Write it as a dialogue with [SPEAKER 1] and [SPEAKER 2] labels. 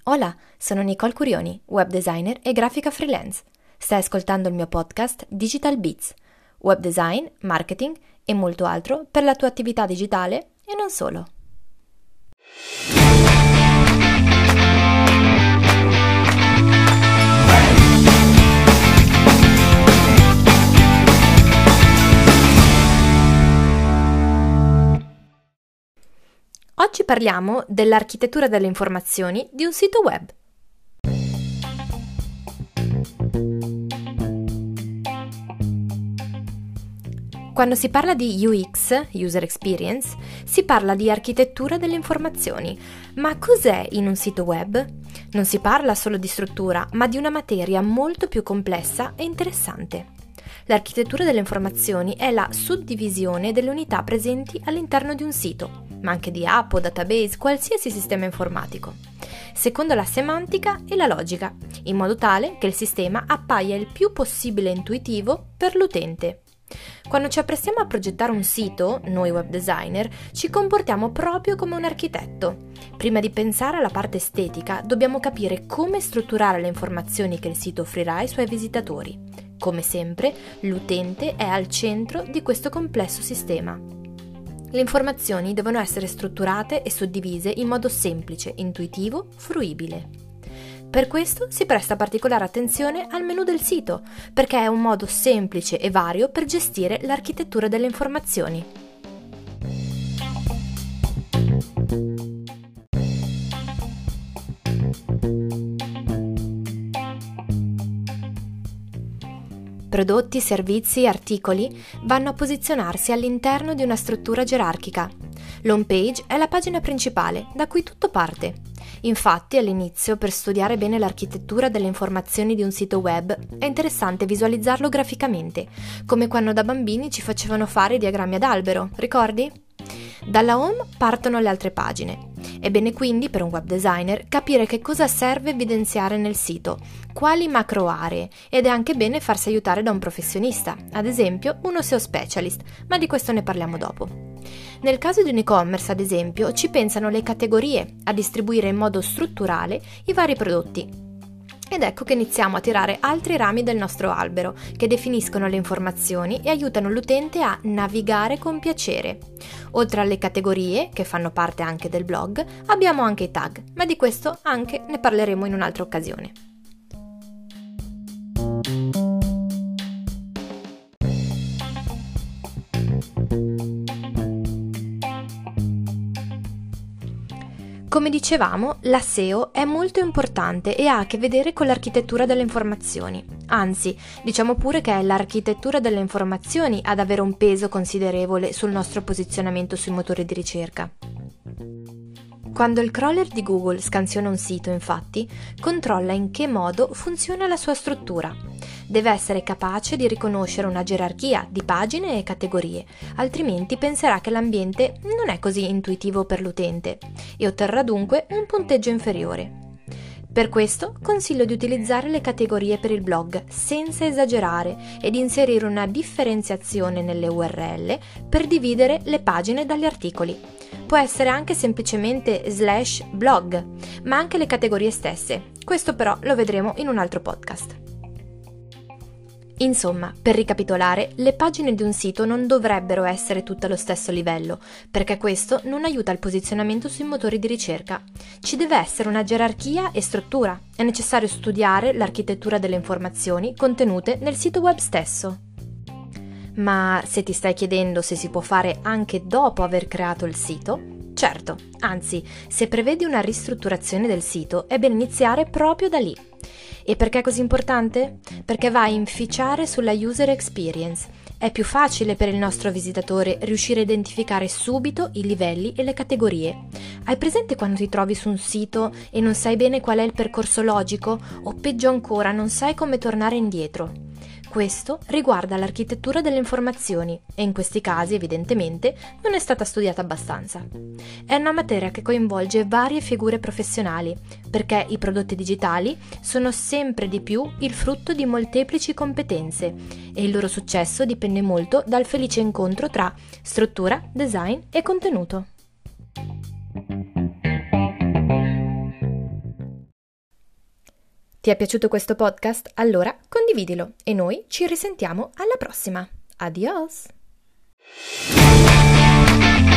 [SPEAKER 1] Hola, sono Nicole Curioni, web designer e grafica freelance. Stai ascoltando il mio podcast Digital Beats, web design, marketing e molto altro per la tua attività digitale e non solo. Oggi parliamo dell'architettura delle informazioni di un sito web. Quando si parla di UX, User Experience, si parla di architettura delle informazioni. Ma cos'è in un sito web? Non si parla solo di struttura, ma di una materia molto più complessa e interessante. L'architettura delle informazioni è la suddivisione delle unità presenti all'interno di un sito, ma anche di app o database, qualsiasi sistema informatico, secondo la semantica e la logica, in modo tale che il sistema appaia il più possibile intuitivo per l'utente. Quando ci apprestiamo a progettare un sito, noi web designer, ci comportiamo proprio come un architetto. Prima di pensare alla parte estetica, dobbiamo capire come strutturare le informazioni che il sito offrirà ai suoi visitatori. Come sempre, l'utente è al centro di questo complesso sistema. Le informazioni devono essere strutturate e suddivise in modo semplice, intuitivo, fruibile. Per questo si presta particolare attenzione al menu del sito, perché è un modo semplice e vario per gestire l'architettura delle informazioni. Prodotti, servizi e articoli vanno a posizionarsi all'interno di una struttura gerarchica. L'home page è la pagina principale, da cui tutto parte. Infatti, all'inizio, per studiare bene l'architettura delle informazioni di un sito web, è interessante visualizzarlo graficamente, come quando da bambini ci facevano fare i diagrammi ad albero, ricordi? Dalla home partono le altre pagine. È bene quindi per un web designer capire che cosa serve evidenziare nel sito, quali macro aree, ed è anche bene farsi aiutare da un professionista, ad esempio uno SEO specialist, ma di questo ne parliamo dopo. Nel caso di un e-commerce, ad esempio, ci pensano le categorie a distribuire in modo strutturale i vari prodotti. Ed ecco che iniziamo a tirare altri rami del nostro albero, che definiscono le informazioni e aiutano l'utente a navigare con piacere. Oltre alle categorie, che fanno parte anche del blog, abbiamo anche i tag, ma di questo anche ne parleremo in un'altra occasione. Come dicevamo, la SEO è molto importante e ha a che vedere con l'architettura delle informazioni. Anzi, diciamo pure che è l'architettura delle informazioni ad avere un peso considerevole sul nostro posizionamento sui motori di ricerca. Quando il crawler di Google scansiona un sito, infatti, controlla in che modo funziona la sua struttura. Deve essere capace di riconoscere una gerarchia di pagine e categorie, altrimenti penserà che l'ambiente non è così intuitivo per l'utente e otterrà dunque un punteggio inferiore. Per questo consiglio di utilizzare le categorie per il blog senza esagerare e di inserire una differenziazione nelle URL per dividere le pagine dagli articoli. Può essere anche semplicemente /blog, ma anche le categorie stesse. Questo però lo vedremo in un altro podcast. Insomma, per ricapitolare, le pagine di un sito non dovrebbero essere tutte allo stesso livello, perché questo non aiuta il posizionamento sui motori di ricerca. Ci deve essere una gerarchia e struttura. È necessario studiare l'architettura delle informazioni contenute nel sito web stesso. Ma se ti stai chiedendo se si può fare anche dopo aver creato il sito, certo, anzi, se prevedi una ristrutturazione del sito, è bene iniziare proprio da lì. E perché è così importante? Perché va a inficiare sulla user experience. È più facile per il nostro visitatore riuscire a identificare subito i livelli e le categorie. Hai presente quando ti trovi su un sito e non sai bene qual è il percorso logico? O peggio ancora, non sai come tornare indietro? Questo riguarda l'architettura delle informazioni e in questi casi, evidentemente, non è stata studiata abbastanza. È una materia che coinvolge varie figure professionali, perché i prodotti digitali sono sempre di più il frutto di molteplici competenze e il loro successo dipende molto dal felice incontro tra struttura, design e contenuto. Ti è piaciuto questo podcast? Allora condividilo e noi ci risentiamo alla prossima. Adios!